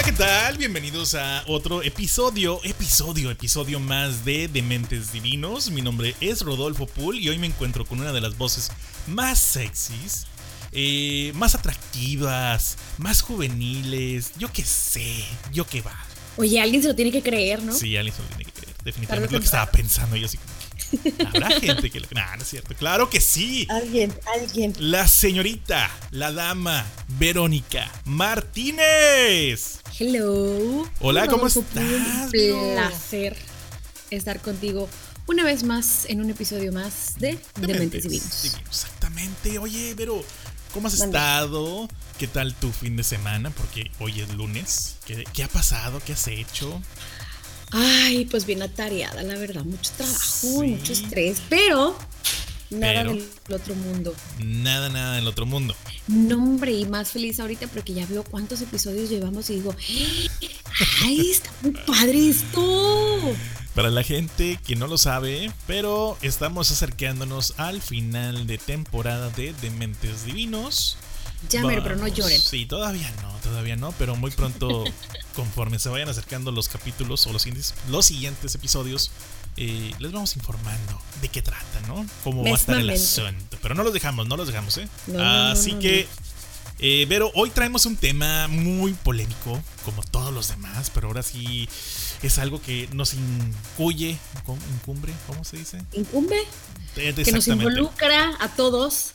Hola, ¿qué tal? Bienvenidos a otro episodio más de Dementes Divinos. Mi nombre es Rodolfo Pool y hoy me encuentro con una de las voces más sexys, más atractivas, más juveniles, yo qué sé, yo qué va. Oye, alguien se lo tiene que creer, ¿no? Sí, alguien se lo tiene que creer. Definitivamente lo que estaba pensando yo así como que, ¿habrá gente que lo... Nah, no es cierto. Claro que sí. Alguien. La señorita, la dama, Verónica Martínez. Hello. Hola, ¿cómo Rodolfo, estás? Un placer estar contigo una vez más en un episodio más de Dementes Divinos. Exactamente. Oye, Vero, ¿cómo has estado? ¿Qué tal tu fin de semana? Porque hoy es lunes. ¿Qué ha pasado? ¿Qué has hecho? Ay, pues bien atareada, la verdad. Mucho trabajo, Sí. mucho estrés, pero nada del otro mundo. Nada del otro mundo. No, hombre, y más feliz ahorita porque ya veo cuántos episodios llevamos y digo, ¡ay, está muy padre esto! Para la gente que no lo sabe, pero estamos acercándonos al final de temporada de Dementes Divinos. Llámelo, pero no lloren. Sí, todavía no, pero muy pronto, conforme se vayan acercando los capítulos o los siguientes episodios, les vamos informando de qué trata, ¿no? Cómo va a estar el asunto. Pero no los dejamos, ¿eh? Así que, Vero, hoy traemos un tema muy polémico, como todos los demás, pero ahora sí es algo que nos incumbe, ¿cómo se dice? ¿Incumbe? Que nos involucra a todos.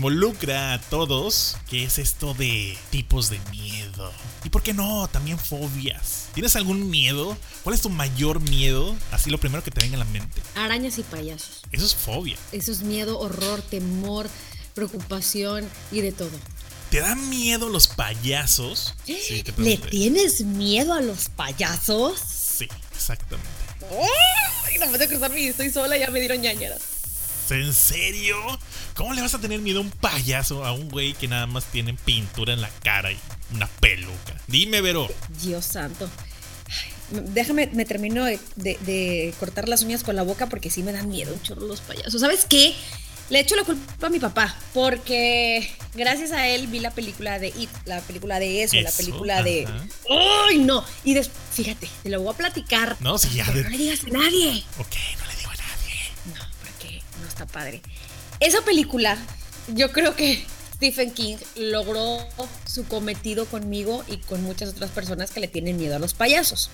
Que es esto de tipos de miedo. Y por qué no, también fobias. ¿Tienes algún miedo? ¿Cuál es tu mayor miedo? Así lo primero que te venga a la mente. Arañas y payasos. Eso es fobia. Eso es miedo, horror, temor, preocupación y de todo. ¿Te dan miedo los payasos? Sí, ¿le tienes miedo a los payasos? Sí, exactamente. ¡Ay! No me tengo que cruzar y estoy sola, ya me dieron ñañeras. ¿En serio? ¿Cómo le vas a tener miedo a un payaso, a un güey que nada más tiene pintura en la cara y una peluca? Dime, Vero. Dios santo. Ay, déjame, me termino de cortar las uñas con la boca porque sí me dan miedo un chorro los payasos. ¿Sabes qué? Le echo la culpa a mi papá porque gracias a él vi la película de It, la película de eso, la película de... ¡Ay, no! Y fíjate, te lo voy a platicar. No, sí, ya. No le digas a nadie. Ok, no le digo a nadie. No, porque no está padre. Esa película, yo creo que Stephen King logró su cometido conmigo y con muchas otras personas que le tienen miedo a los payasos.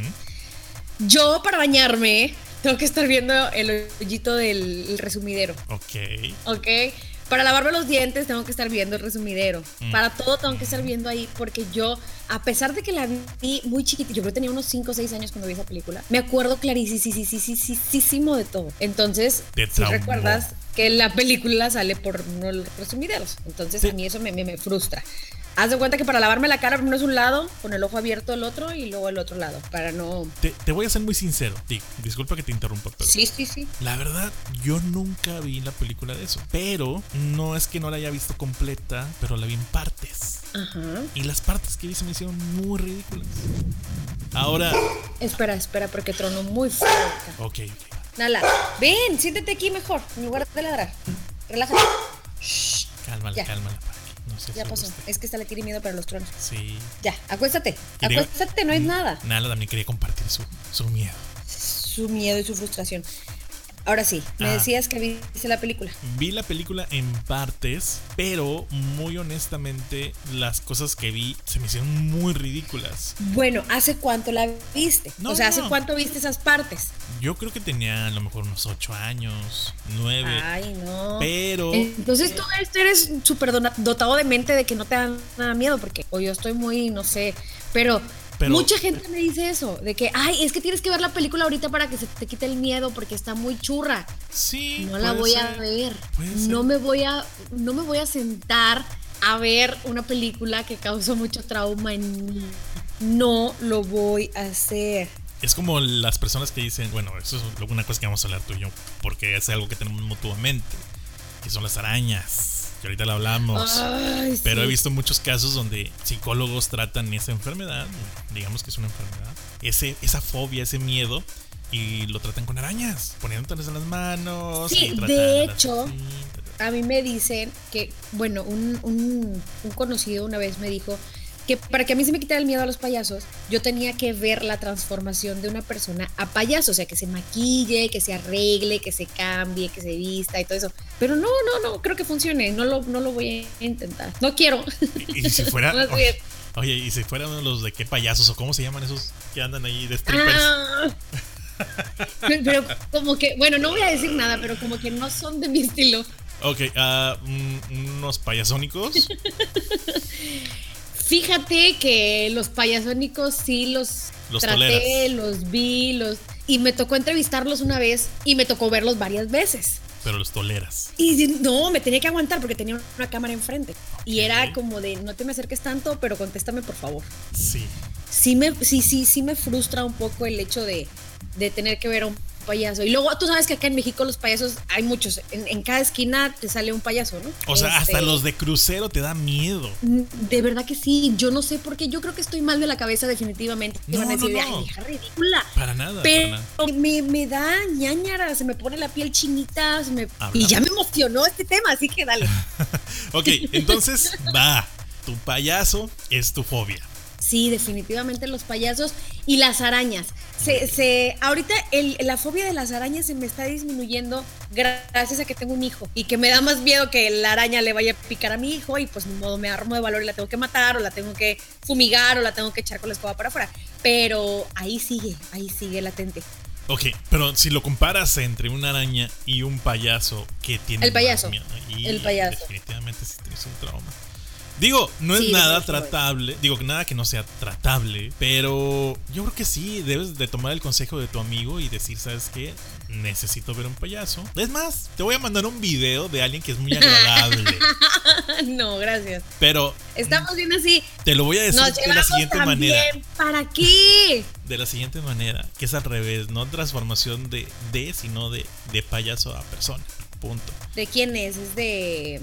Uh-huh. Yo, para bañarme, tengo que estar viendo el hoyito del resumidero. Ok. Para lavarme los dientes tengo que estar viendo el resumidero. Para todo tengo que estar viendo ahí porque yo, a pesar de que la vi muy chiquita, yo creo que tenía unos 5 o 6 años cuando vi esa película, me acuerdo clarísimo de todo. Entonces, si recuerdas que la película sale por los resumideros. Entonces a mí eso me frustra. Haz de cuenta que para lavarme la cara primero es un lado, con el ojo abierto el otro y luego el otro lado, para no... Te voy a ser muy sincero, digo, disculpa que te interrumpa, pero... Sí. La verdad, yo nunca vi la película de eso, pero no es que no la haya visto completa, pero la vi en partes. Ajá. Y las partes que vi se me hicieron muy ridículas. Ahora... Espera, porque tronó muy fuerte. Ok. Nala, ven, siéntate aquí mejor, en lugar de ladrar. Relájate. Shh. Cálmala. No sé ya si pasó, es que esta le tiene miedo para los tronos. Sí. Ya, acuéstate, no es nada. Nala también quería compartir su miedo. Su miedo y su frustración. Ahora sí, me decías que viste la película. Vi la película en partes, pero muy honestamente las cosas que vi se me hicieron muy ridículas. Bueno, ¿hace cuánto la viste? ¿Hace cuánto viste esas partes? Yo creo que tenía a lo mejor unos 8 años, 9. Ay, no. Pero... Entonces tú eres súper dotado de mente de que no te da nada miedo, porque o yo estoy muy, no sé, pero mucha gente me dice eso, de que, ay, es que tienes que ver la película ahorita para que se te quite el miedo porque está muy churra. Sí. No la voy a ver. No me voy a sentar a ver una película que causó mucho trauma en mí. No lo voy a hacer. Es como las personas que dicen, bueno, eso es una cosa que vamos a hablar tú y yo, porque es algo que tenemos mutuamente, que son las arañas. Que ahorita lo hablamos. Ay, pero sí. He visto muchos casos donde psicólogos tratan esa enfermedad, digamos que es una enfermedad, esa fobia, ese miedo, y lo tratan con arañas, poniéndoles en las manos. Sí, de hecho, a mí me dicen que, bueno, un conocido una vez me dijo que para que a mí se me quitara el miedo a los payasos, yo tenía que ver la transformación de una persona a payaso, o sea, que se maquille, que se arregle, que se cambie, que se vista y todo eso. Pero no creo que funcione, no lo voy a intentar. No quiero. Y si fuera... Oye, y si fueran los de qué payasos o cómo se llaman esos que andan ahí de strippers. Pero como que, bueno, no voy a decir nada, pero como que no son de mi estilo. Ok, unos payasónicos. Fíjate que los payasónicos sí los traté, toleras. Los vi, y me tocó entrevistarlos una vez y me tocó verlos varias veces. Pero los toleras. Y no, me tenía que aguantar porque tenía una cámara enfrente. Okay. Y era como de, no te me acerques tanto, pero contéstame por favor. Sí. Sí me frustra un poco el hecho de tener que ver a un payaso. Y luego tú sabes que acá en México los payasos hay muchos. En cada esquina te sale un payaso, ¿no? O sea, hasta los de crucero te da miedo. De verdad que sí. Yo no sé por qué. Yo creo que estoy mal de la cabeza definitivamente. No, van a decir, no. ay, hija ridícula. Para nada. Pero me da ñañara. Se me pone la piel chinita. Y ya me emocionó este tema, así que dale. Ok, entonces va. Tu payaso es tu fobia. Sí, definitivamente los payasos y las arañas. Ahorita la fobia de las arañas se me está disminuyendo gracias a que tengo un hijo y que me da más miedo que la araña le vaya a picar a mi hijo y pues ni modo me armo de valor y la tengo que matar o la tengo que fumigar o la tengo que echar con la escoba para afuera. Pero ahí sigue latente. Ok, pero si lo comparas entre una araña y un payaso que tiene el payaso. El payaso. Definitivamente sí tienes un trauma. Digo, no es nada tratable, digo, nada que no sea tratable, pero yo creo que sí, debes de tomar el consejo de tu amigo y decir, ¿sabes qué? Necesito ver un payaso. Es más, te voy a mandar un video de alguien que es muy agradable. No, gracias. Pero estamos bien así. Te lo voy a decir de la siguiente manera. ¿Para qué? De la siguiente manera, que es al revés, no transformación sino de payaso a persona. Punto. ¿De quién es? Es de...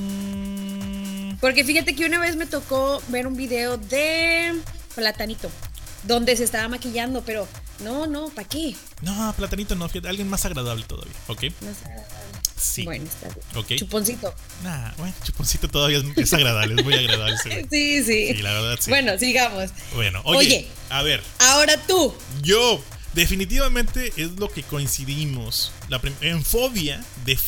Porque fíjate que una vez me tocó ver un video de Platanito, donde se estaba maquillando, pero no, ¿para qué? No, Platanito no, fíjate, alguien más agradable todavía, ¿ok? Más agradable. Sí. Bueno, está bien. Okay. Chuponcito. Bueno, Chuponcito todavía es agradable, es muy agradable. Sí. Sí, la verdad, sí. Bueno, sigamos. Bueno, oye, a ver. Ahora tú. Yo, definitivamente es lo que coincidimos. En fobia,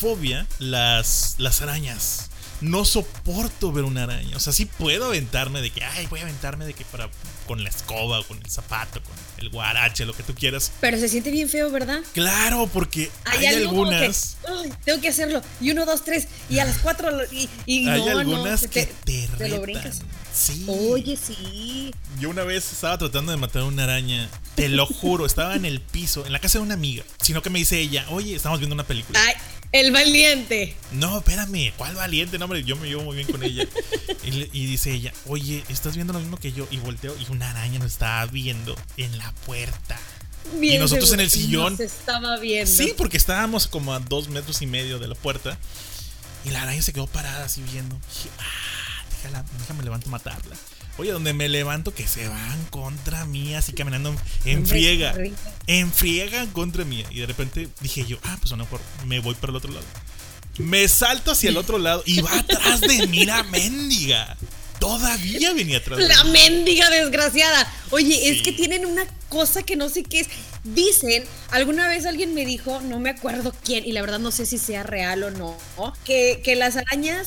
las arañas. No soporto ver una araña. O sea, sí puedo aventarme de que, voy a aventarme de que con la escoba, con el zapato, con el guarache, lo que tú quieras. Pero se siente bien feo, ¿verdad? Claro, porque hay algunas. Tengo que hacerlo. Y 1, 2, 3. Y a las 4. Y hay algunas que te retan. Te lo brincas. Sí. Oye, sí. Yo una vez estaba tratando de matar a una araña. Te lo juro, estaba en el piso, en la casa de una amiga. Sino que me dice ella, oye, estamos viendo una película. Ay, el valiente. No, espérame, ¿cuál valiente? No, hombre, yo me llevo muy bien con ella. Y dice ella, oye, ¿estás viendo lo mismo que yo? Y volteo y una araña nos estaba viendo en la puerta. Bien, y nosotros en el sillón. Nos estaba viendo. Sí, porque estábamos como a 2,5 metros de la puerta. Y la araña se quedó parada así viendo. Y dije, déjame levanto a matarla. Oye, donde me levanto que se van contra mí, así caminando en friega contra mí. Y de repente dije yo, pues a lo mejor me voy para el otro lado. Me salto hacia el otro lado y va atrás de mí la mendiga. Todavía venía atrás de mí. La mendiga desgraciada. Oye, sí. Es que tienen una cosa que no sé qué es. Dicen, alguna vez alguien me dijo, no me acuerdo quién, y la verdad no sé si sea real o no, que las arañas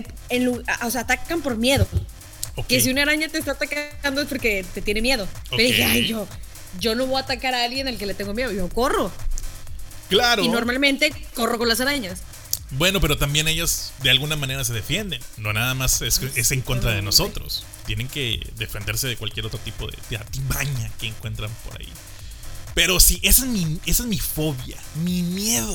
atacan por miedo. Okay. Que si una araña te está atacando es porque te tiene miedo. Okay. Pero dije, yo no voy a atacar a alguien al que le tengo miedo, yo corro. Claro. Y normalmente corro con las arañas. Bueno, pero también ellos de alguna manera se defienden. No nada más es en contra de nosotros. Tienen que defenderse de cualquier otro tipo de artimaña que encuentran por ahí. Pero sí, esa es mi fobia, mi miedo.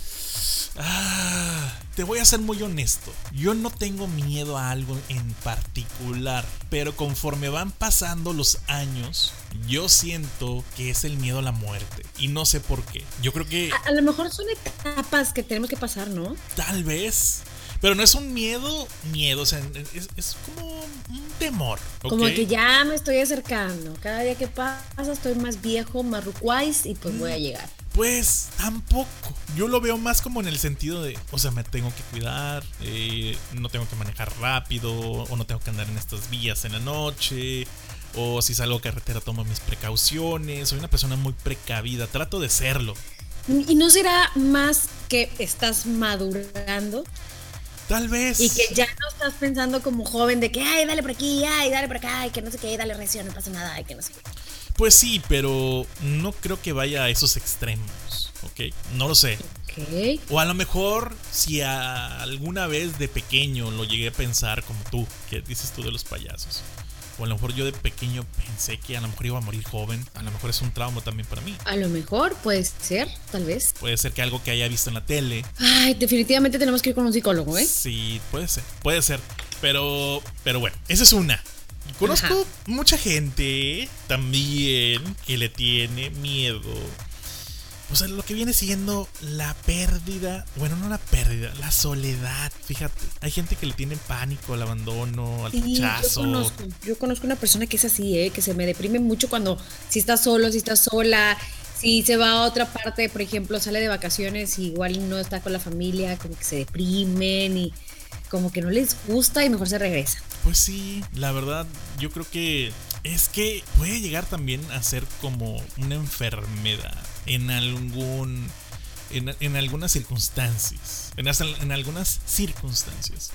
Te voy a ser muy honesto. Yo no tengo miedo a algo en particular, pero conforme van pasando los años, yo siento que es el miedo a la muerte. Y no sé por qué. Yo creo que a lo mejor son etapas que tenemos que pasar, ¿no? Tal vez. Pero no es un miedo, o sea, es como un temor. ¿Okay? Como que ya me estoy acercando. Cada día que pasa estoy más viejo, más rucuais y pues voy a llegar. Pues tampoco. Yo lo veo más como en el sentido de, o sea, me tengo que cuidar, no tengo que manejar rápido, o no tengo que andar en estas vías en la noche, o si salgo a carretera tomo mis precauciones. Soy una persona muy precavida, trato de serlo. ¿Y no será más que estás madurando? Tal vez. Y que ya no estás pensando como joven de que, ay, dale por aquí, ay, dale por acá, ay, que no sé qué, dale recio, no pasa nada, ay, que no sé qué. Pues sí, pero no creo que vaya a esos extremos, ¿ok? No lo sé. Okay. O a lo mejor si alguna vez de pequeño lo llegué a pensar como tú, que dices tú de los payasos. O a lo mejor yo de pequeño pensé que a lo mejor iba a morir joven. A lo mejor es un trauma también para mí. A lo mejor puede ser, tal vez. Puede ser que algo que haya visto en la tele. Ay, definitivamente tenemos que ir con un psicólogo, ¿eh? Sí, puede ser. Pero bueno, esa es una. Conozco mucha gente también que le tiene miedo. O sea, lo que viene siendo la pérdida. Bueno, no la pérdida, la soledad. Fíjate, hay gente que le tiene pánico al abandono, al rechazo. Yo conozco una persona que es así, que se me deprime mucho cuando si está solo, si está sola. Si se va a otra parte, por ejemplo, sale de vacaciones y igual no está con la familia, como que se deprimen y como que no les gusta y mejor se regresa. Pues sí, la verdad, yo creo que es que puede llegar también a ser como una enfermedad en algunas circunstancias. En algunas circunstancias.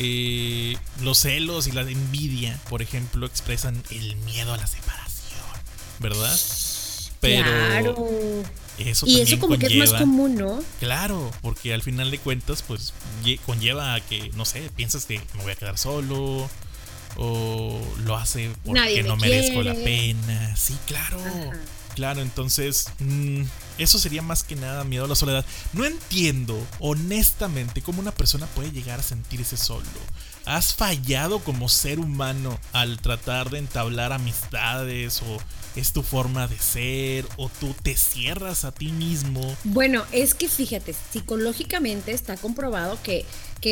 Los celos y la envidia, por ejemplo, expresan el miedo a la separación, ¿verdad? Pero claro. Eso y eso como conlleva, que es más común, ¿no? Claro, porque al final de cuentas pues conlleva a que, no sé, piensas que me voy a quedar solo, o lo hace porque no merezco la pena. Sí, claro. Ajá. Claro, entonces eso sería más que nada miedo a la soledad. No entiendo honestamente cómo una persona puede llegar a sentirse solo. ¿Has fallado como ser humano al tratar de entablar amistades, o es tu forma de ser, o tú te cierras a ti mismo? Bueno, es que fíjate, psicológicamente está comprobado que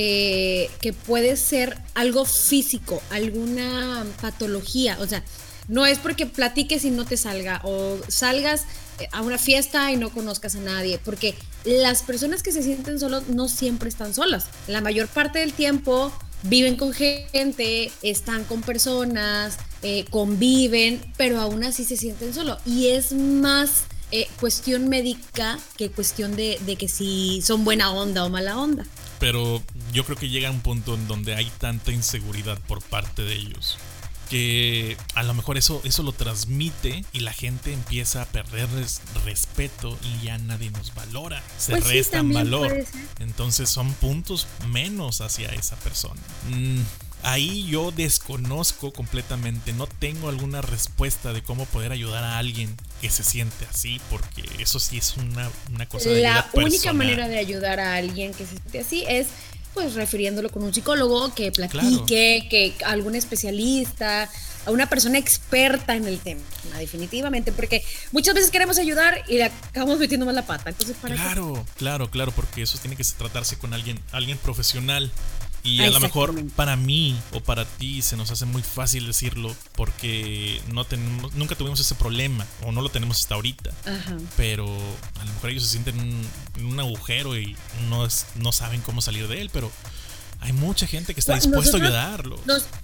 puede ser algo físico, alguna patología. O sea, no es porque platiques y no te salga, o salgas a una fiesta y no conozcas a nadie, porque las personas que se sienten solos no siempre están solas. La mayor parte del tiempo viven con gente, están con personas, conviven, pero aún así se sienten solos. Y es más cuestión médica que cuestión de que si son buena onda o mala onda. Pero yo creo que llega un punto en donde hay tanta inseguridad por parte de ellos que a lo mejor eso lo transmite y la gente empieza a perder respeto y ya nadie nos valora, se pues restan valor. Entonces son puntos menos hacia esa persona. Ahí yo desconozco completamente, no tengo alguna respuesta de cómo poder ayudar a alguien que se siente así, porque eso sí es una cosa de vida personal. La única manera de ayudar a alguien que se siente así es pues refiriéndolo con un psicólogo que platique, claro, que algún especialista, a una persona experta en el tema, definitivamente, porque muchas veces queremos ayudar y le acabamos metiendo más la pata. Entonces, Claro, porque eso tiene que tratarse con alguien profesional. Y a lo mejor para mí o para ti se nos hace muy fácil decirlo porque nunca tuvimos ese problema, o no lo tenemos hasta ahorita. Ajá. Pero a lo mejor ellos se sienten en un agujero y no saben cómo salir de él, pero hay mucha gente que está dispuesta a ayudarlos.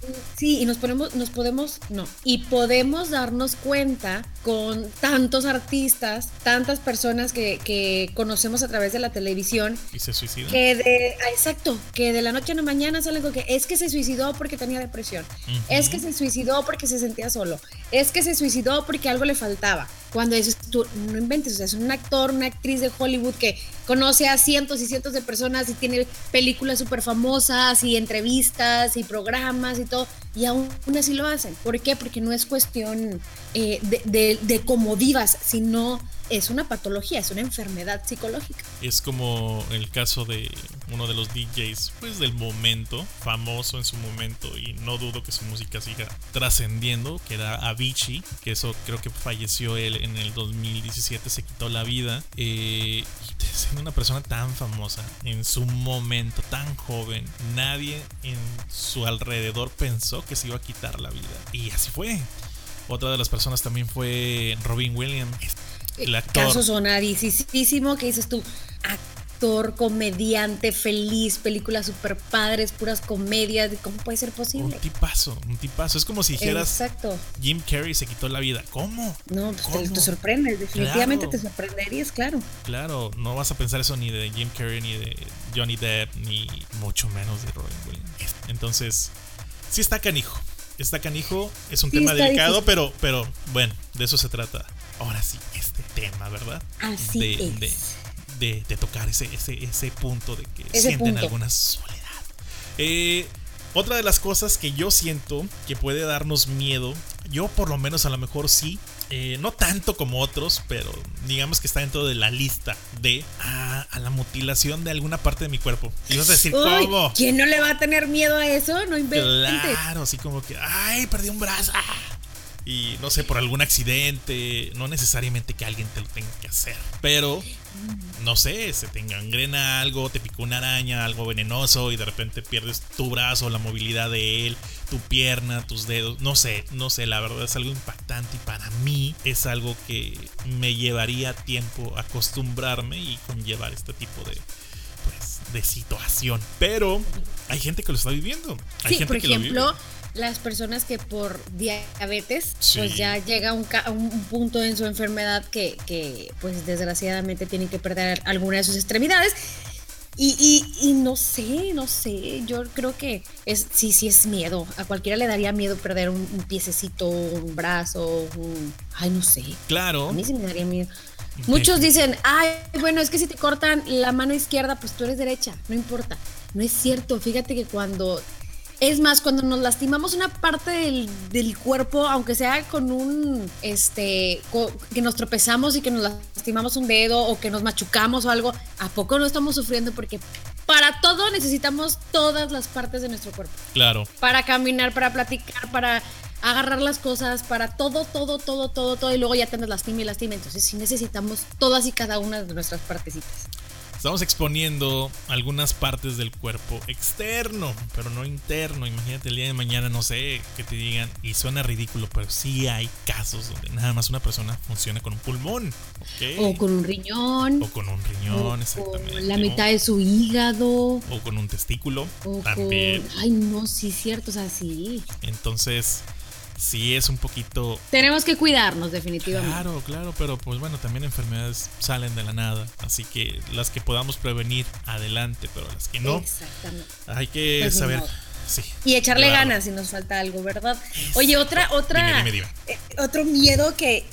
Y podemos darnos cuenta con tantos artistas, tantas personas que conocemos a través de la televisión. Y se suicidan. Que de la noche a la mañana salen con que es que se suicidó porque tenía depresión. Uh-huh. Es que se suicidó porque se sentía solo. Es que se suicidó porque algo le faltaba. Cuando eso tú no inventes, o sea, es un actor, una actriz de Hollywood que conoce a cientos y cientos de personas y tiene películas súper famosas y entrevistas y programas y todo, y aún así lo hacen. ¿Por qué? Porque no es cuestión de cómo vivas, sino es una patología, es una enfermedad psicológica. Es como el caso de uno de los DJs pues del momento, famoso en su momento, y no dudo que su música siga trascendiendo, que era Avicii, que eso creo que falleció él en el 2017, se quitó la vida, y siendo una persona tan famosa en su momento, tan joven, nadie en su alrededor pensó que se iba a quitar la vida, y así fue. Otra de las personas también fue Robin Williams. el actor. Caso sonadísimo que dices tú, actor, comediante, feliz, películas super padres, puras comedias, ¿cómo puede ser posible? Un tipazo. Es como si dijeras, exacto, Jim Carrey se quitó la vida. ¿Cómo? No, pues ¿Cómo? te sorprendes, definitivamente Claro. te sorprenderías, claro. Claro, no vas a pensar eso ni de Jim Carrey, ni de Johnny Depp, ni mucho menos de Robin Williams. Entonces, sí está canijo. Es un tema delicado, pero bueno, de eso se trata. Ahora sí, este tema, ¿verdad? Así es. De tocar ese punto de que ese sienten punto. alguna soledad. Otra de las cosas que yo siento que puede darnos miedo, yo por lo menos a lo mejor sí, no tanto como otros, pero digamos que está dentro de la lista de a la mutilación de alguna parte de mi cuerpo. Y vas a decir, Uy, ¿cómo? ¿quién no le va a tener miedo a eso? No inventes. Claro, así como que, ay, perdí un brazo. Y no sé, por algún accidente, no necesariamente que alguien te lo tenga que hacer, pero no sé, se te engangrena algo, te picó una araña, algo venenoso y de repente pierdes tu brazo, la movilidad de él, tu pierna, tus dedos, no sé, la verdad es algo impactante y para mí es algo que me llevaría tiempo acostumbrarme y conllevar este tipo de situación, pero hay gente que lo está viviendo, hay Sí, gente por que lo ejemplo, vive. las personas que por diabetes, Sí. pues ya llega a un punto en su enfermedad que pues desgraciadamente tienen que perder alguna de sus extremidades. Y no sé, yo creo que sí es miedo. A cualquiera le daría miedo perder un piececito, un brazo, ay, no sé. Claro. A mí sí me daría miedo. Muchos dicen, ay, bueno, es que si te cortan la mano izquierda, pues tú eres derecha, no importa. No es cierto, fíjate que cuando nos lastimamos una parte del cuerpo, aunque sea con que nos tropezamos y que nos lastimamos un dedo o que nos machucamos o algo, ¿a poco no estamos sufriendo? Porque para todo necesitamos todas las partes de nuestro cuerpo. Claro. Para caminar, para platicar, para agarrar las cosas, para todo, y luego ya te lastima. Entonces sí necesitamos todas y cada una de nuestras partecitas. Estamos exponiendo algunas partes del cuerpo externo, pero no interno. Imagínate el día de mañana, no sé, que te digan, y suena ridículo, pero sí hay casos donde nada más una persona funciona con un pulmón, ¿ok? O con un riñón. Exactamente. Con la mitad de su hígado. O con un testículo, también. Ay, no, sí es cierto, o sea, sí. Entonces, sí es un poquito... Tenemos que cuidarnos, definitivamente. Claro, pero pues bueno, también enfermedades salen de la nada, así que las que podamos prevenir, adelante, pero las que no, exactamente, hay que pues saber, no. sí, y echarle llevarlo. ganas si nos falta algo, ¿verdad? Exacto. Oye, otra Dime. Otro miedo que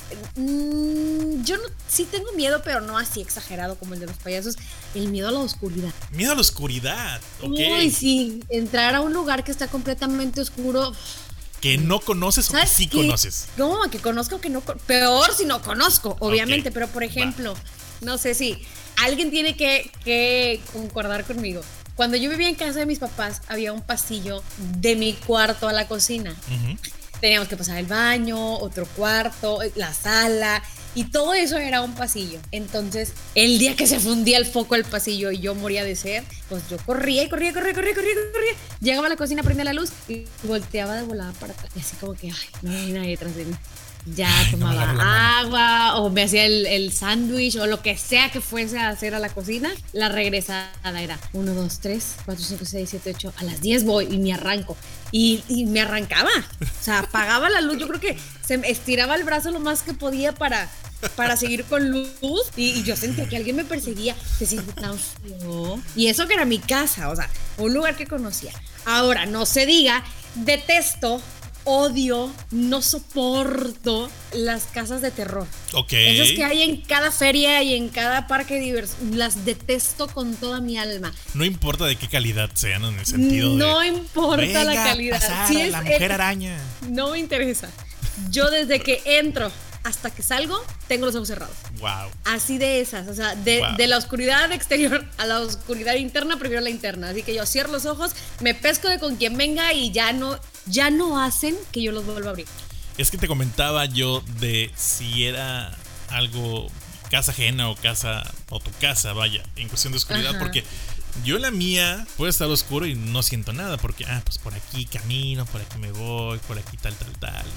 yo no, sí tengo miedo, pero no así exagerado como el de los payasos, el miedo a la oscuridad. Miedo a la oscuridad, ok. Uy, sí, entrar a un lugar que está completamente oscuro. Que no conoces o que sí conoces. No, que conozco, que no. Peor si no conozco, obviamente. Okay. Pero, por ejemplo, no sé si alguien tiene que concordar conmigo. Cuando yo vivía en casa de mis papás, había un pasillo de mi cuarto a la cocina. Uh-huh. Teníamos que pasar el baño, otro cuarto, la sala, y todo eso era un pasillo. Entonces, el día que se fundía el foco del pasillo y yo moría de sed, pues yo corría. Llegaba a la cocina, prendía la luz y volteaba de volada para atrás. Y así como que, ay, no hay nadie detrás de mí. Ya tomaba agua o me hacía el sándwich o lo que sea que fuese a hacer a la cocina. La regresada era 1, 2, 3, 4, 5, 6, 7, 8. A las 10 voy y me arranco. Y me arrancaba. O sea, apagaba la luz. Yo creo que se me estiraba el brazo lo más que podía para seguir con luz. Y yo sentía que alguien me perseguía. Se siente tan feo. Y eso que era mi casa, o sea, un lugar que conocía. Ahora, no se diga, detesto, odio, no soporto las casas de terror. Ok. Esas que hay en cada feria y en cada parque de diversión, las detesto con toda mi alma. No importa de qué calidad sean, en el sentido no de... importa la calidad. Si es la mujer araña. No me interesa. Yo desde que entro hasta que salgo, tengo los ojos cerrados. Wow. Así de esas, o sea, de la oscuridad exterior a la oscuridad interna, prefiero la interna. Así que yo cierro los ojos, me pesco de con quien venga y ya no hacen que yo los vuelva a abrir. Es que te comentaba yo de si era algo casa ajena o tu casa, vaya, en cuestión de oscuridad. Ajá. Porque yo en la mía puede estar oscuro y no siento nada porque, pues por aquí camino, por aquí me voy, por aquí tal.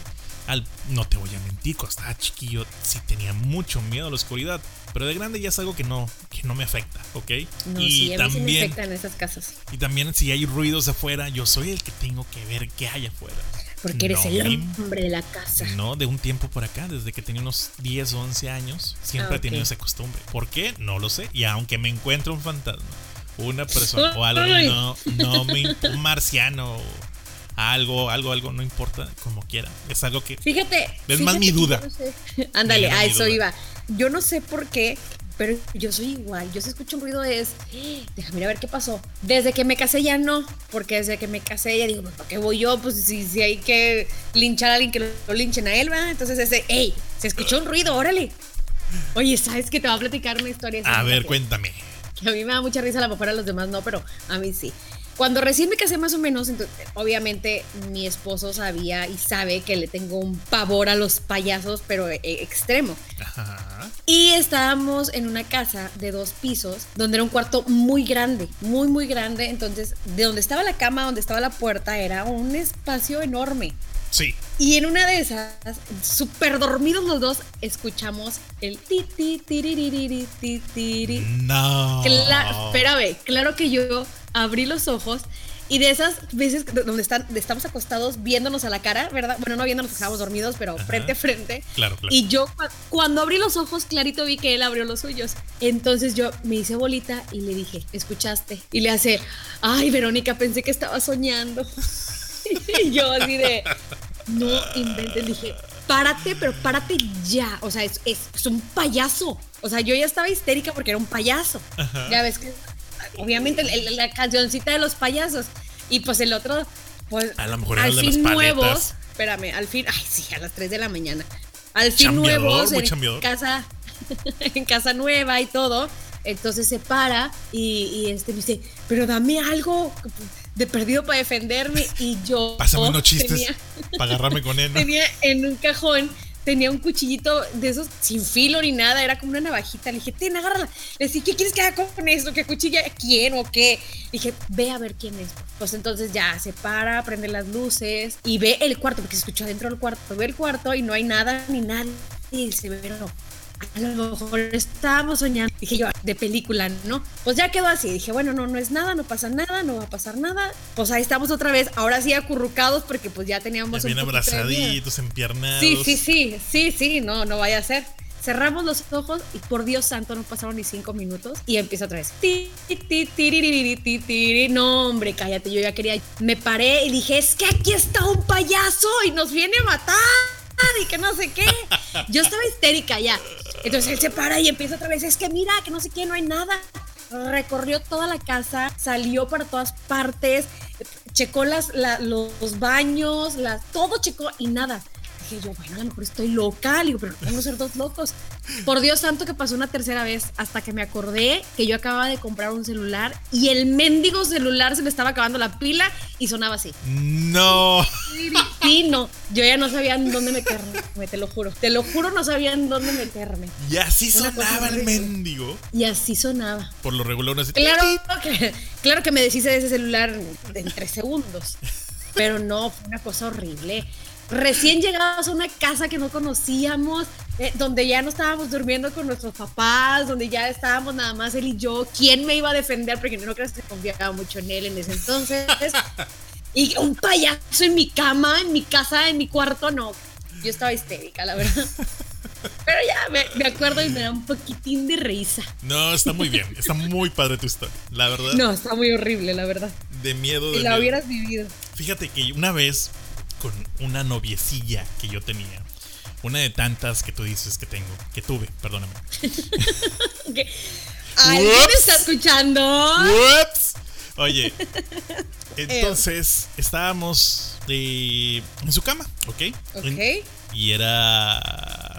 No te voy a mentir, cuando estaba chiquillo sí tenía mucho miedo a la oscuridad, pero de grande ya es algo que no me afecta, ¿ok? No, y sí, a mí sí me afecta en esas casas. Y también si hay ruidos afuera, yo soy el que tengo que ver qué hay afuera. Porque eres el hombre de la casa. No, de un tiempo por acá, desde que tenía unos 10 o 11 años, siempre he tenido esa costumbre. ¿Por qué? No lo sé. Y aunque me encuentre un fantasma, una persona o algo, un marciano, algo, no importa, como quiera. Es algo que... Fíjate. Es más mi duda. No sé. Ándale, a eso iba. Yo no sé por qué, pero yo soy igual. Yo si escucho un ruido déjame ir a ver qué pasó. Desde que me casé ya no, porque desde que me casé ya digo, ¿para qué voy yo? Pues si hay que linchar a alguien, que lo linchen a él, ¿verdad? Entonces se escuchó un ruido, órale. Oye, ¿sabes que te va a platicar una historia? A ver, cuéntame. Que a mí me da mucha risa, a lo mejor a los demás no, pero a mí sí. Cuando recién me casé más o menos, entonces, obviamente mi esposo sabía y sabe que le tengo un pavor a los payasos, pero extremo. Ajá. Y estábamos en una casa de 2 pisos, donde era un cuarto muy grande, muy, muy grande. Entonces, de donde estaba la cama, donde estaba la puerta, era un espacio enorme. Sí. Y en una de esas, súper dormidos los dos, escuchamos el ti ti tiririri ti tiri. No. Espérame, claro que yo abrí los ojos y de esas veces donde estamos acostados viéndonos a la cara, ¿verdad? Bueno, no viéndonos, estábamos dormidos, pero frente a frente. Claro. Y yo cuando abrí los ojos, clarito vi que él abrió los suyos. Entonces yo me hice bolita y le dije, ¿escuchaste? Y le hace, ay, Verónica, pensé que estaba soñando. Y yo así de, no inventes, dije, párate, pero párate ya. O sea, es un payaso. O sea, yo ya estaba histérica porque era un payaso. Ajá. Ya ves que, obviamente, la cancioncita de los payasos. Y pues el otro, pues, a lo mejor era al de fin las nuevos. Espérame, al fin, ay, sí, a las 3 de la mañana. Al fin nuevos, en casa nueva y todo. Entonces se para y me dice, pero dame algo de perdido para defenderme. Y yo pásame unos chistes para agarrarme con él, ¿no? Tenía en un cajón, tenía un cuchillito de esos sin filo ni nada, era como una navajita. Le dije, agárrala. Le dije, ¿qué quieres que haga con esto? ¿Qué cuchilla? ¿Quién o qué? Le dije, ve a ver quién es. Pues entonces ya se para, prende las luces y ve el cuarto, porque se escuchó adentro del cuarto. Ve el cuarto y no hay nada ni nadie. Y se ve, pero no. A lo mejor estábamos soñando, dije yo, de película, ¿no? Pues ya quedó así, dije, bueno, no es nada, no pasa nada, no va a pasar nada. Pues ahí estamos otra vez, ahora sí acurrucados, porque pues ya teníamos bien abrazaditos, empiernados. Sí, no vaya a ser. Cerramos los ojos y por Dios santo no pasaron ni 5 minutos y empieza otra vez. No, hombre, cállate, yo ya quería. Me paré y dije, es que aquí está un payaso y nos viene a matar. Y que no sé qué. Yo estaba histérica ya. Entonces él se para y empieza otra vez. Es que mira, que no sé qué, no hay nada. Recorrió toda la casa, salió para todas partes, checó los baños, todo checó y nada. Dije yo, bueno, a lo mejor estoy loca. Le digo, pero no podemos ser 2 locos. Por Dios santo que pasó una tercera vez hasta que me acordé que yo acababa de comprar un celular y el mendigo celular se me estaba acabando la pila y sonaba así. No. Sí, no. Yo ya no sabía en dónde meterme, te lo juro. Te lo juro, no sabía en dónde meterme. Y así sonaba el mendigo. Y así sonaba. Por lo regular, así. Claro que me deshice de ese celular en 3 segundos. Pero no, fue una cosa horrible. Recién llegados a una casa que no conocíamos, donde ya no estábamos durmiendo con nuestros papás, donde ya estábamos nada más él y yo. ¿Quién me iba a defender? Porque no creo que confiaba mucho en él en ese entonces. Y un payaso en mi cama, en mi casa, en mi cuarto, no. Yo estaba histérica, la verdad. Pero ya me acuerdo y me da un poquitín de risa. No, está muy bien, está muy padre tu historia, la verdad. No, está muy horrible, la verdad. De miedo. Si la hubieras vivido. Fíjate que una vez, con una noviecilla que yo tenía, una de tantas que tú dices que tuve, perdóname. ¿Alguien me está escuchando? Ups. Oye, entonces estábamos en su cama, ¿ok? Y era...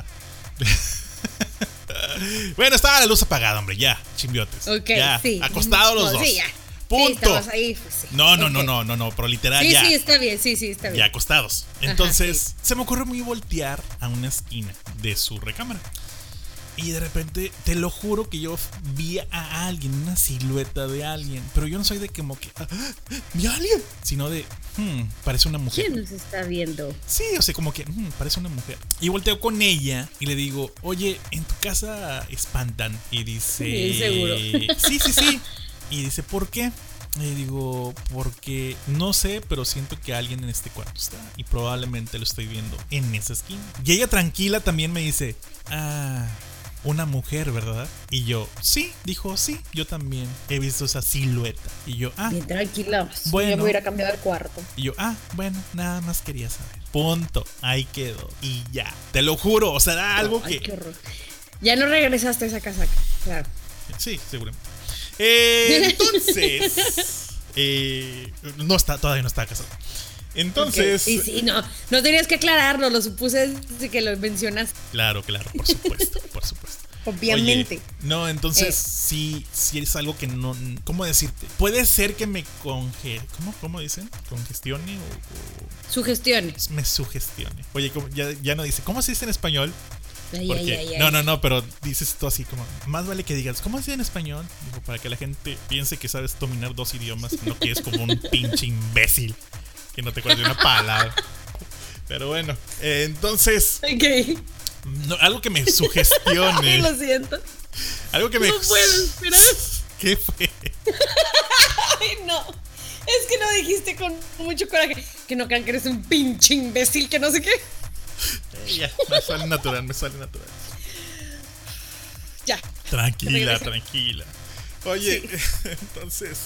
Bueno, estaba la luz apagada, hombre, ya, chimbiotes. Ok, ya, sí. acostados los dos. Sí, ya. Punto. Sí, ahí, pues, sí. No, pero literal sí, ya. Sí, está bien, sí, está bien. Ya acostados. Entonces, Ajá, sí. se me ocurrió muy voltear a una esquina de su recámara. Y de repente, te lo juro que yo vi a alguien, una silueta de alguien. Pero yo no soy de como que ¿vi a alguien? Sino de, parece una mujer. ¿Quién nos está viendo? Sí, o sea, como que parece una mujer. Y volteo con ella y le digo, oye, ¿en tu casa espantan? Y dice, sí, seguro. Sí. Y dice, ¿por qué? Y digo, porque no sé, pero siento que alguien en este cuarto está. Y probablemente lo estoy viendo en esa esquina. Y ella tranquila también me dice, una mujer, ¿verdad? Y yo, sí, dijo, sí, yo también he visto esa silueta. Y yo, bien tranquila, bueno. Yo me hubiera cambiado el cuarto. Y yo, bueno, nada más quería saber. Punto, ahí quedó. Y ya, te lo juro, o sea, era algo que... Qué horror. Ya no regresaste a esa casa, claro. Sí, seguramente. Entonces, todavía no está casado. Entonces. Okay. Y sí, no tenías que aclararlo, lo supuse desde que lo mencionas. Claro, por supuesto. Obviamente. Oye, no, entonces sí es algo que no. ¿Cómo decirte? Puede ser que me ¿Cómo dicen? ¿Congestione o Sugestione. Me sugestione. Oye, ya no dice. ¿Cómo se dice en español? Ay. No, pero dices esto así como, más vale que digas, ¿cómo se dice en español? Digo, para que la gente piense que sabes dominar 2 idiomas, no que es como un pinche imbécil que no te acuerdas de una palabra. Pero bueno, entonces, okay. Algo que me sugestione. Lo siento. Algo que me... No puedo esperar. ¿Qué fue? Ay, no. Es que no dijiste con mucho coraje. Que no crean que eres un pinche imbécil, que no sé qué. Ya, me sale natural. Ya. Tranquila. Oye, sí. Entonces.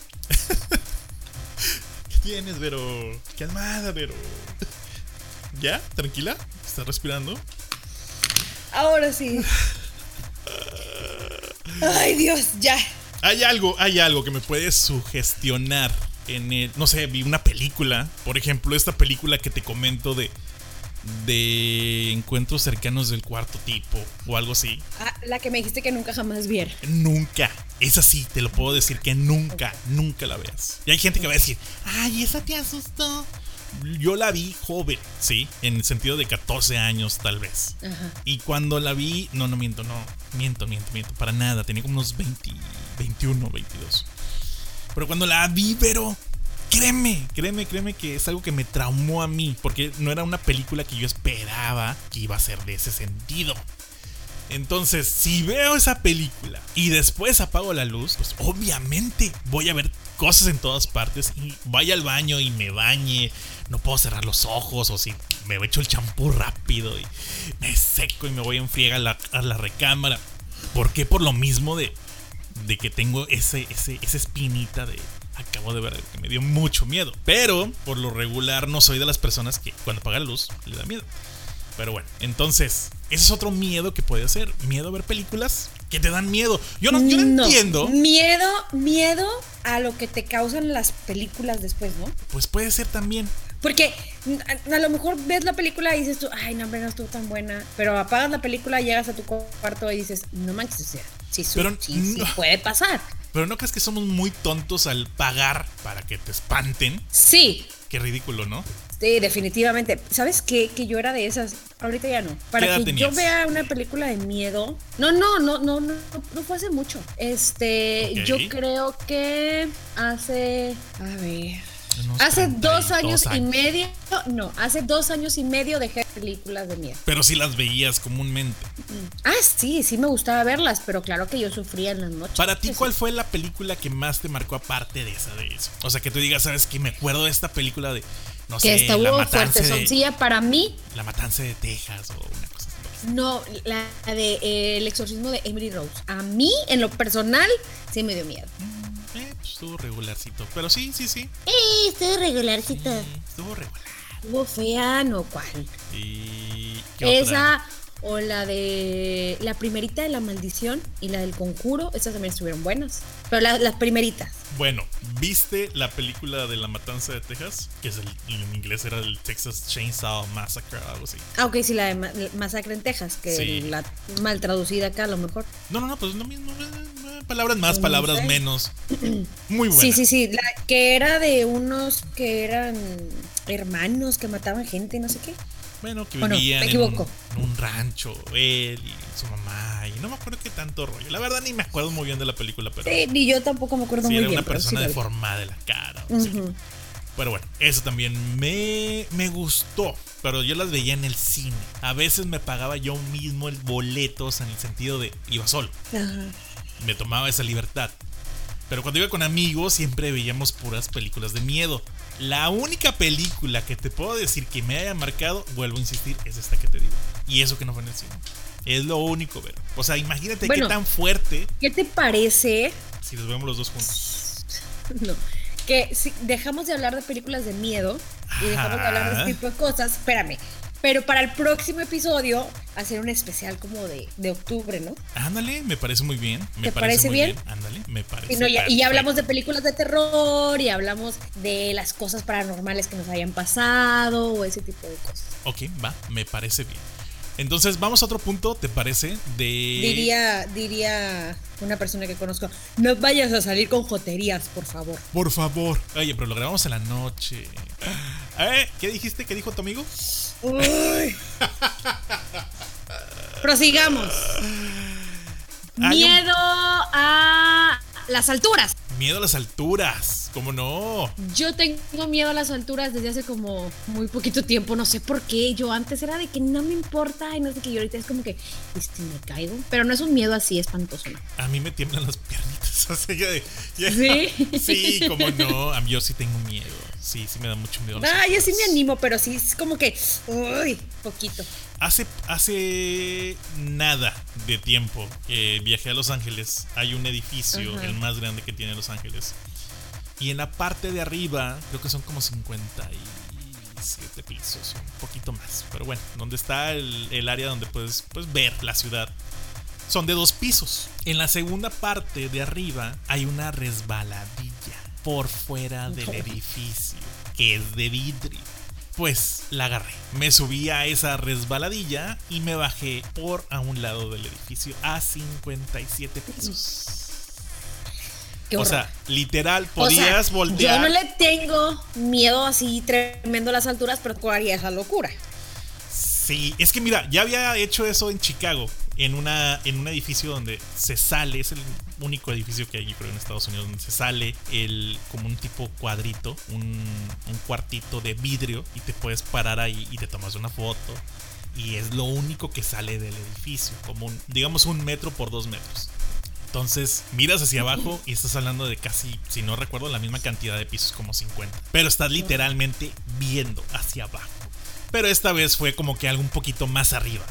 ¿Qué tienes, Vero? Calmada, Vero. ¿Ya? ¿Tranquila? ¿Estás respirando? Ahora sí. Ay, Dios, ya. Hay algo que me puede sugestionar no sé, vi una película. Por ejemplo, esta película que te comento de encuentros cercanos del cuarto tipo o algo así. La que me dijiste que nunca jamás viera. Nunca. Esa sí, te lo puedo decir que nunca la veas. Y hay gente que va a decir, ay, esa te asustó. Yo la vi joven, sí, en el sentido de 14 años tal vez. Ajá. Y cuando la vi, miento, para nada, tenía como unos 20, 21, 22. Pero cuando la vi, pero créeme que es algo que me traumó a mí, porque no era una película que yo esperaba que iba a ser de ese sentido. Entonces, si veo esa película y después apago la luz, pues obviamente voy a ver cosas en todas partes y vaya al baño y me bañe, no puedo cerrar los ojos, o si me echo el champú rápido y me seco y me voy en friega a la recámara. ¿Por qué? Por lo mismo de que tengo esa espinita de acabo de ver algo que me dio mucho miedo. Pero por lo regular no soy de las personas que cuando apaga la luz le da miedo. Pero bueno, entonces ese es otro miedo que puede ser. Miedo a ver películas que te dan miedo. Yo no entiendo. Miedo a lo que te causan las películas después, ¿no? Pues puede ser también. Porque a lo mejor ves la película y dices tú, ay, no, no estuvo tan buena. Pero apagas la película, llegas a tu cuarto y dices, no manches, o sea, sí puede pasar. Pero ¿no crees que somos muy tontos al pagar para que te espanten? Sí. Qué ridículo, ¿no? Sí, definitivamente. ¿Sabes qué? Que yo era de esas. Ahorita ya no. Para que yo vea una película de miedo. No fue hace mucho. Okay. Yo creo que hace. A ver. Hace 2 años y medio. No, hace 2 años y medio dejé películas de miedo. Pero sí las veías comúnmente. Sí me gustaba verlas, pero claro que yo sufría en las noches. Para ti, ¿cuál fue la película que más te marcó aparte de eso? O sea, que tú digas, ¿sabes qué? Me acuerdo de esta película de, no sé, que estuvo fuerte, soncilla para mí. La Matanza de Texas o una cosa así. No, la de El exorcismo de Emily Rose. A mí, en lo personal, sí me dio miedo. Estuvo regularcito, pero sí. Estuvo regularcito. Sí, estuvo regular. Estuvo fea, no, ¿cuál? ¿Y qué esa otra? O la de la primerita de La Maldición y la del Conjuro, esas también estuvieron buenas. Pero las primeritas. Bueno, ¿viste la película de La Matanza de Texas? Que es en inglés era el Texas Chainsaw Massacre o algo así. Ok, sí, la de Masacre en Texas, que sí. La mal traducida acá a lo mejor. No, pues lo mismo. Palabras más, palabras menos. Muy buena. Sí, la que era de unos que eran hermanos que mataban gente, no sé qué. Bueno, que vivían en un rancho, él y su mamá Ay, no me acuerdo qué tanto rollo. La verdad ni me acuerdo muy bien de la película, pero... Sí, ni yo tampoco me acuerdo muy bien. Era una persona deformada de la cara. Pero bueno, eso también me gustó. Pero yo las veía en el cine. A veces me pagaba yo mismo el boleto, o sea, en el sentido de iba solo. Ajá. Me tomaba esa libertad. Pero cuando iba con amigos siempre veíamos puras películas de miedo. La única película que te puedo decir que me haya marcado, vuelvo a insistir, es esta que te digo. Y eso que no fue en el cine. Es lo único, Vero. O sea, imagínate qué tan fuerte. ¿Qué te parece? Si los vemos los dos juntos. No. Que si dejamos de hablar de películas de miedo y dejamos de hablar de este tipo de cosas, espérame. Pero para el próximo episodio, hacer un especial como de octubre, ¿no? Ándale, me parece muy bien. ¿Te parece bien? Ándale, me parece. Y ya hablamos de películas de terror y hablamos de las cosas paranormales que nos hayan pasado o ese tipo de cosas. Ok, va, me parece bien. Entonces, vamos a otro punto, ¿te parece? Diría una persona que conozco, no vayas a salir con joterías, por favor. Por favor. Oye, pero lo grabamos en la noche. ¿Qué dijiste? ¿Qué dijo tu amigo? Uy. Prosigamos. Miedo a las alturas. Miedo a las alturas, ¿cómo no? Yo tengo miedo a las alturas desde hace como muy poquito tiempo, no sé por qué. Yo antes era de que no me importa y no sé qué, y ahorita es como que, ¿y si me caigo? Pero no es un miedo así espantoso, ¿no? A mí me tiemblan las piernitas, o sea, ¿Sí? Sí, ¿cómo no? Yo sí tengo miedo, sí me da mucho miedo. Yo sí me animo, pero sí es como que, uy, poquito. Hace nada de tiempo viajé a Los Ángeles. Hay un edificio, el más grande que tiene Los Ángeles. Y en la parte de arriba, creo que son como 57 pisos, un poquito más. Pero bueno, donde está el área donde puedes ver la ciudad, son de 2 pisos. En la segunda parte de arriba hay una resbaladilla por fuera del edificio, que es de vidrio. Pues la agarré, me subí a esa resbaladilla y me bajé por a un lado del edificio a 57 pisos. O sea, literal, podías voltear. Yo no le tengo miedo así tremendo a las alturas, pero ¿cuál haría esa locura? Sí, es que mira, ya había hecho eso en Chicago, en un edificio donde se sale, es el único edificio que hay, yo creo, en Estados Unidos, donde se sale como un tipo cuadrito, un cuartito de vidrio, y te puedes parar ahí y te tomas una foto. Y es lo único que sale del edificio, como digamos 1 metro por 2 metros. Entonces miras hacia abajo y estás hablando de casi, si no recuerdo, la misma cantidad de pisos, como 50. Pero estás literalmente viendo hacia abajo. Pero esta vez fue como que algo un poquito más arriba.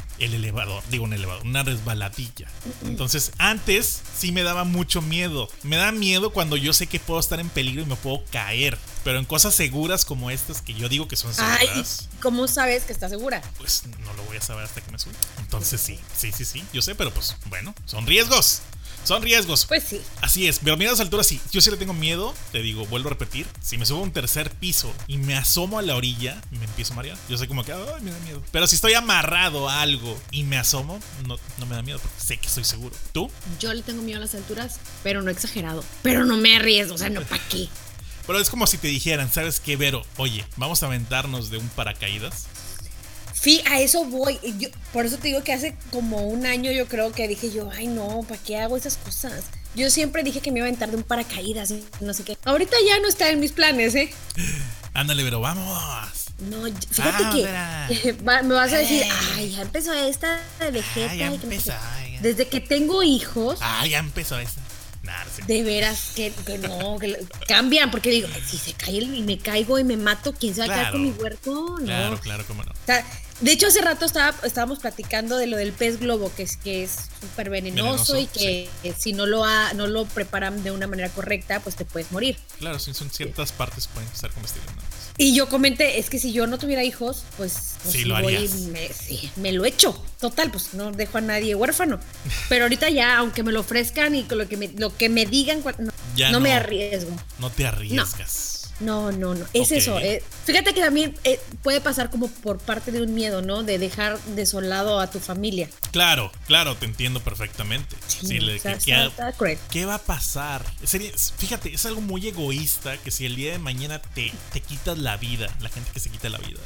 Una resbaladilla. Entonces antes sí me daba mucho miedo. Me da miedo cuando yo sé que puedo estar en peligro y me puedo caer. Pero en cosas seguras como estas, que yo digo que son seguras. Ay, ¿cómo sabes que estás segura? Pues no lo voy a saber hasta que me suba. Entonces sí, yo sé, pero pues bueno, son riesgos. Son riesgos. Pues sí. Así es, pero mira las alturas sí. Yo sí le tengo miedo, te digo, vuelvo a repetir. Si me subo a un 3er piso y me asomo a la orilla, me empiezo a marear. Yo sé como que, ay, me da miedo. Pero si estoy amarrado a algo y me asomo, no me da miedo porque sé que estoy seguro. ¿Tú? Yo le tengo miedo a las alturas, pero no exagerado. Pero no me arriesgo, o sea, no, ¿para qué? Pero es como si te dijeran, ¿sabes qué, Vero? Oye, vamos a aventarnos de un paracaídas. A eso voy. Por eso te digo que hace como 1 año yo creo que dije yo, ay no, ¿para qué hago esas cosas? Yo siempre dije que me iba a aventar de un paracaídas y no sé qué. Ahorita ya no está en mis planes, ¿eh? Ándale, pero vamos. No, fíjate que me vas a decir, ay, ya empezó esta de Vegeta. Ya empezó. Desde que tengo hijos. Ya empezó esta. De veras que no, que cambian, porque digo, si se cae y me caigo y me mato, ¿quién se va a quedar con mi huerco? No. Claro, cómo no. O sea, de hecho, hace rato estábamos platicando de lo del pez globo, que es súper venenoso y que si no lo preparan de una manera correcta, pues te puedes morir. Claro, son ciertas partes pueden ser comestibles, ¿no? Y yo comenté, es que si yo no tuviera hijos, pues sí, lo harías. Me lo echo. Total, pues no dejo a nadie huérfano. Pero ahorita ya, aunque me lo ofrezcan y lo que me digan, no me arriesgo. No te arriesgas. No. Es eso. Fíjate que también puede pasar como por parte de un miedo, ¿no? De dejar desolado a tu familia. Claro, te entiendo perfectamente. Sí, ¿qué va a pasar? Fíjate, es algo muy egoísta que si el día de mañana te quitas la vida, la gente que se quita la vida,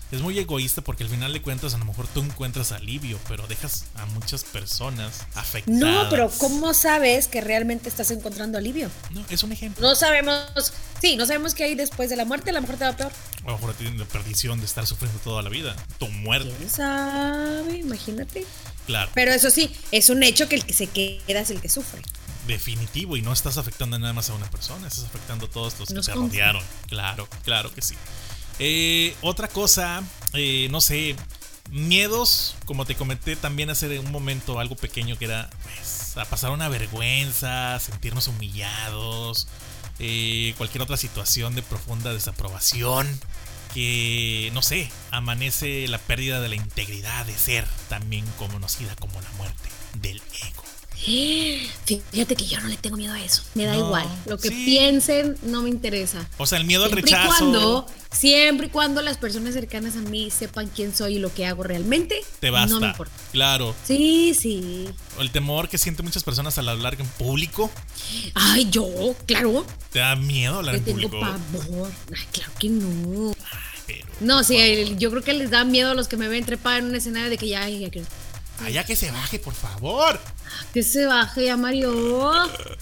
es muy egoísta porque al final de cuentas a lo mejor tú encuentras alivio, pero dejas a muchas personas afectadas. No, pero ¿cómo sabes que realmente estás encontrando alivio? No, es un ejemplo. No sabemos qué hay después de la muerte, a lo mejor te va peor. A lo mejor tienen la perdición de estar sufriendo toda la vida, tu muerte. ¿Quién sabe? Imagínate. Claro. Pero eso sí, es un hecho que el que se queda es el que sufre. Definitivo, y no estás afectando nada más a una persona, estás afectando a todos los que te rodearon. Claro que sí. Otra cosa, no sé, miedos, como te comenté también hace un momento, algo pequeño que era pues, a pasar una vergüenza, sentirnos humillados, cualquier otra situación de profunda desaprobación, que no sé, amanece la pérdida de la integridad de ser, también conocida como la muerte del ego. Fíjate que yo no le tengo miedo a eso. Me da igual. Lo que piensen no me interesa. O sea, el miedo al rechazo. Siempre y cuando las personas cercanas a mí sepan quién soy y lo que hago realmente, te basta. No me importa. Claro. Sí. O el temor que sienten muchas personas al hablar en público. Ay, claro. ¿Te da miedo hablar en público? Tengo pavor. Ay, claro que no. Pero, no, sí, yo creo que les da miedo a los que me ven trepada en un escenario de que ya que se baje, por favor. Que se baje ya, Mario.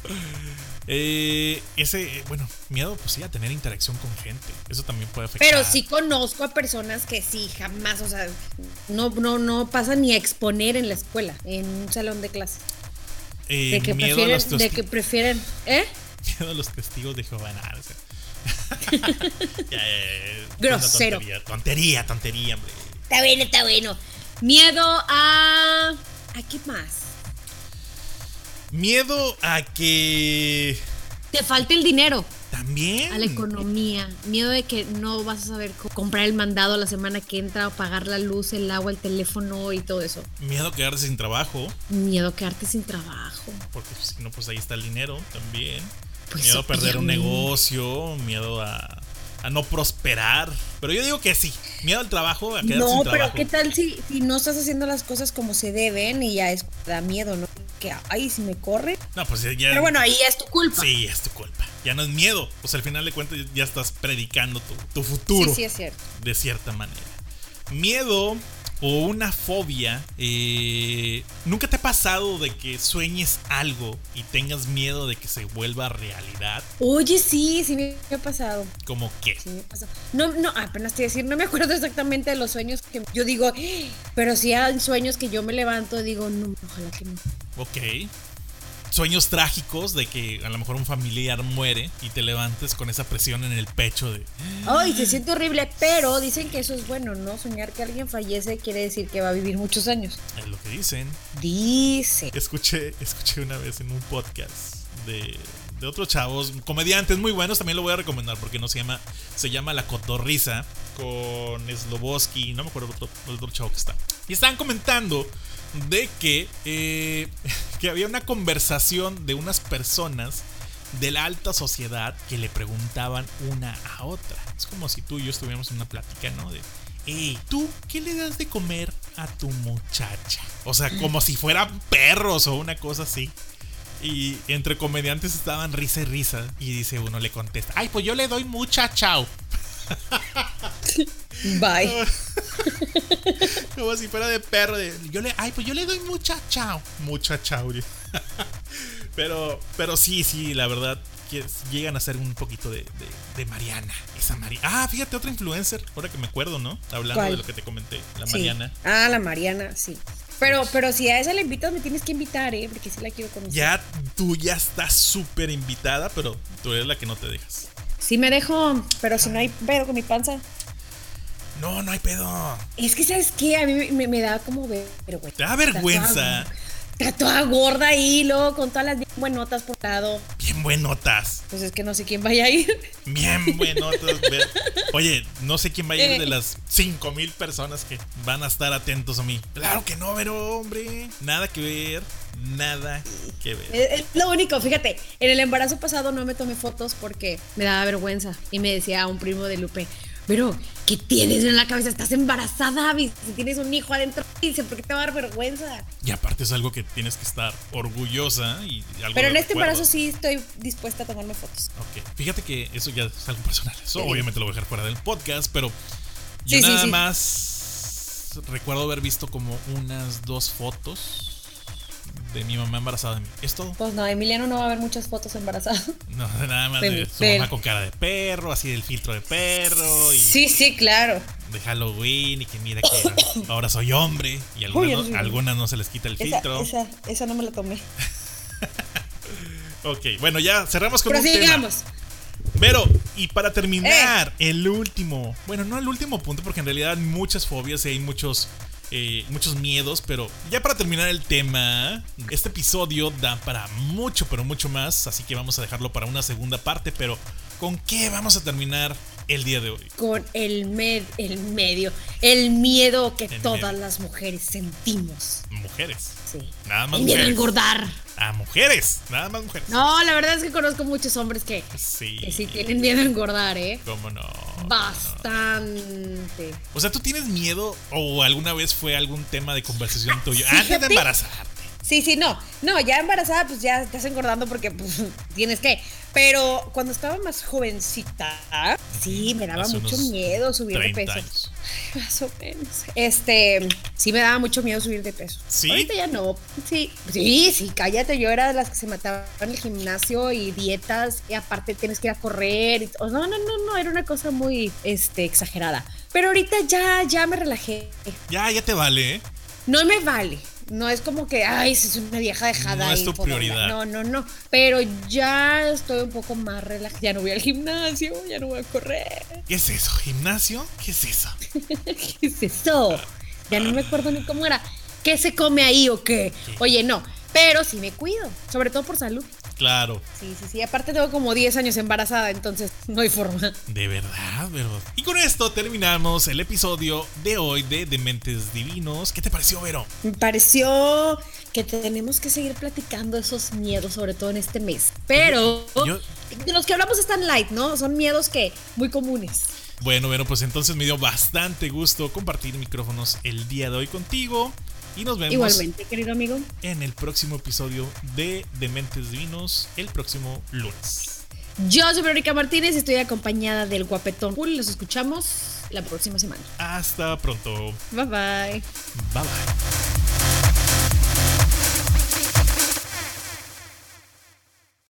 Miedo, pues sí, a tener interacción con gente. Eso también puede afectar. Pero sí conozco a personas que sí, jamás, o sea, no pasan ni a exponer en la escuela, en un salón de clase. De que prefieren, Miedo a los testigos de Jehová. Grosero. Tontería, hombre. Está bueno. Miedo a ¿qué más? Miedo a que te falte el dinero. También. A la economía. Miedo de que no vas a saber comprar el mandado la semana que entra o pagar la luz, el agua, el teléfono y todo eso. Miedo a quedarte sin trabajo. Porque si no, pues ahí está el dinero también. Pues miedo a perder un negocio. Miedo a no prosperar. Pero yo digo que sí. Miedo al trabajo, a quedarse sin trabajo. No, pero ¿qué tal si no estás haciendo las cosas como se deben y ya da miedo, ¿no? Que, si me corre. No, pues ya. Pero bueno, ahí ya es tu culpa. Sí, es tu culpa. Ya no es miedo. Pues al final de cuentas ya estás predicando tu futuro. Sí, es cierto. De cierta manera. Miedo o una fobia. ¿Nunca te ha pasado de que sueñes algo y tengas miedo de que se vuelva realidad? Oye, sí me ha pasado. ¿Cómo qué? Sí me ha pasado. No, apenas te iba a decir, no me acuerdo exactamente de los sueños que yo digo, pero sí hay sueños que yo me levanto y digo, no, ojalá que no. Ok. Sueños trágicos de que a lo mejor un familiar muere y te levantes con esa presión en el pecho de... Ay, se siente horrible, pero dicen que eso es bueno, ¿no? Soñar que alguien fallece quiere decir que va a vivir muchos años. Es lo que dicen. Dice. Escuché una vez en un podcast de otros chavos, comediantes muy buenos, también lo voy a recomendar porque se llama La Cotorrisa, con Sloboski, no me acuerdo el otro chavo que está. Y estaban comentando de que había una conversación de unas personas de la alta sociedad que le preguntaban una a otra. Es como si tú y yo estuviéramos en una plática, ¿no? De, hey, ¿tú qué le das de comer a tu muchacha? O sea, como si fueran perros o una cosa así. Y entre comediantes estaban risa y risa. Y dice uno, le contesta, ay, pues yo le doy mucha chao. Bye. Como si fuera de perro. Pues yo le doy mucha chao. Mucha chao. Pero sí, la verdad que llegan a ser un poquito de Mariana. Esa Mariana. Fíjate, otra influencer, ahora que me acuerdo, ¿no? Hablando ¿cuál? De lo que te comenté, la Mariana. La Mariana, sí. Pero si a esa la invitas, me tienes que invitar, porque sí la quiero conocer. Tú ya estás súper invitada, pero tú eres la que no te dejas. Sí me dejo, pero si no hay pedo con mi panza. No hay pedo. Es que, ¿sabes qué? A mí me da como vergüenza. Te da vergüenza. Está toda gorda ahí, luego con todas las bien buenotas por lado. Bien buenotas. Pues es que no sé quién vaya a ir. Bien buenotas. Oye, no sé quién va a ir de las 5,000 personas que van a estar atentos a mí. Claro que no, pero hombre, nada que ver. Es lo único, fíjate, en el embarazo pasado no me tomé fotos porque me daba vergüenza. Y me decía un primo de Lupe, pero ¿qué tienes en la cabeza? Estás embarazada, si tienes un hijo adentro, dice, ¿por qué te va a dar vergüenza? Y aparte es algo que tienes que estar orgullosa y algo. Pero en este embarazo sí estoy dispuesta a tomarme fotos. Ok, fíjate que eso ya es algo personal. Eso obviamente lo voy a dejar fuera del podcast, pero Yo nada más recuerdo haber visto como unas 2 fotos de mi mamá embarazada de mí. ¿Es todo? Pues no, Emiliano no va a ver muchas fotos embarazadas. No, nada más de su mamá con cara de perro, así del filtro de perro. Y sí, claro. De Halloween y que mira que ahora soy hombre. Y algunas no se les quita el filtro. Esa no me la tomé. Ok, bueno, ya cerramos con un tema. Sigamos. Pero, y para terminar, el último. Bueno, no el último punto, porque en realidad hay muchas fobias y hay muchos miedos, pero ya para terminar el tema, este episodio da para mucho, pero mucho más, así que vamos a dejarlo para una segunda parte. Pero ¿con qué vamos a terminar el día de hoy? Con el miedo que todas las mujeres sentimos. ¿Mujeres? Sí. Nada más el mujeres. Miedo a engordar. A mujeres, nada más mujeres. No, la verdad es que conozco muchos hombres que sí tienen miedo a engordar, ¿eh? ¿Cómo no? Bastante. O sea, ¿tú tienes miedo o alguna vez fue algún tema de conversación tuyo antes de embarazarte? Sí, no, ya embarazada pues ya estás engordando porque pues, tienes que. Pero cuando estaba más jovencita, sí, me daba mucho miedo subir de peso. Años. Más o menos. Sí me daba mucho miedo subir de peso. ¿Sí? Ahorita ya no. Sí, cállate. Yo era de las que se mataban en el gimnasio y dietas y aparte tienes que ir a correr. No, era una cosa muy exagerada. Pero ahorita ya me relajé. Ya te vale, ¿eh? No me vale. No es como que, es una vieja dejada. No es tu prioridad. No. Pero ya estoy un poco más relajada. Ya no voy al gimnasio, ya no voy a correr. ¿Qué es eso? ¿Gimnasio? ¿Qué es eso? ¿Qué es eso? Ya no me acuerdo ni cómo era. ¿Qué se come ahí o qué? Oye, no. Pero sí me cuido, sobre todo por salud. Claro. Sí. Aparte tengo como 10 años embarazada, entonces no hay forma. De verdad. Y con esto terminamos el episodio de hoy de Dementes Divinos. ¿Qué te pareció, Vero? Me pareció que tenemos que seguir platicando esos miedos, sobre todo en este mes. Pero de los que hablamos están light, ¿no? Son miedos que muy comunes. Bueno, pues entonces me dio bastante gusto compartir micrófonos el día de hoy contigo. Y nos vemos igualmente, querido amigo, en el próximo episodio de Dementes Divinos el próximo lunes. Yo soy Verónica Martínez y estoy acompañada del guapetón Juli. Los escuchamos la próxima semana. Hasta pronto. Bye bye. Bye bye.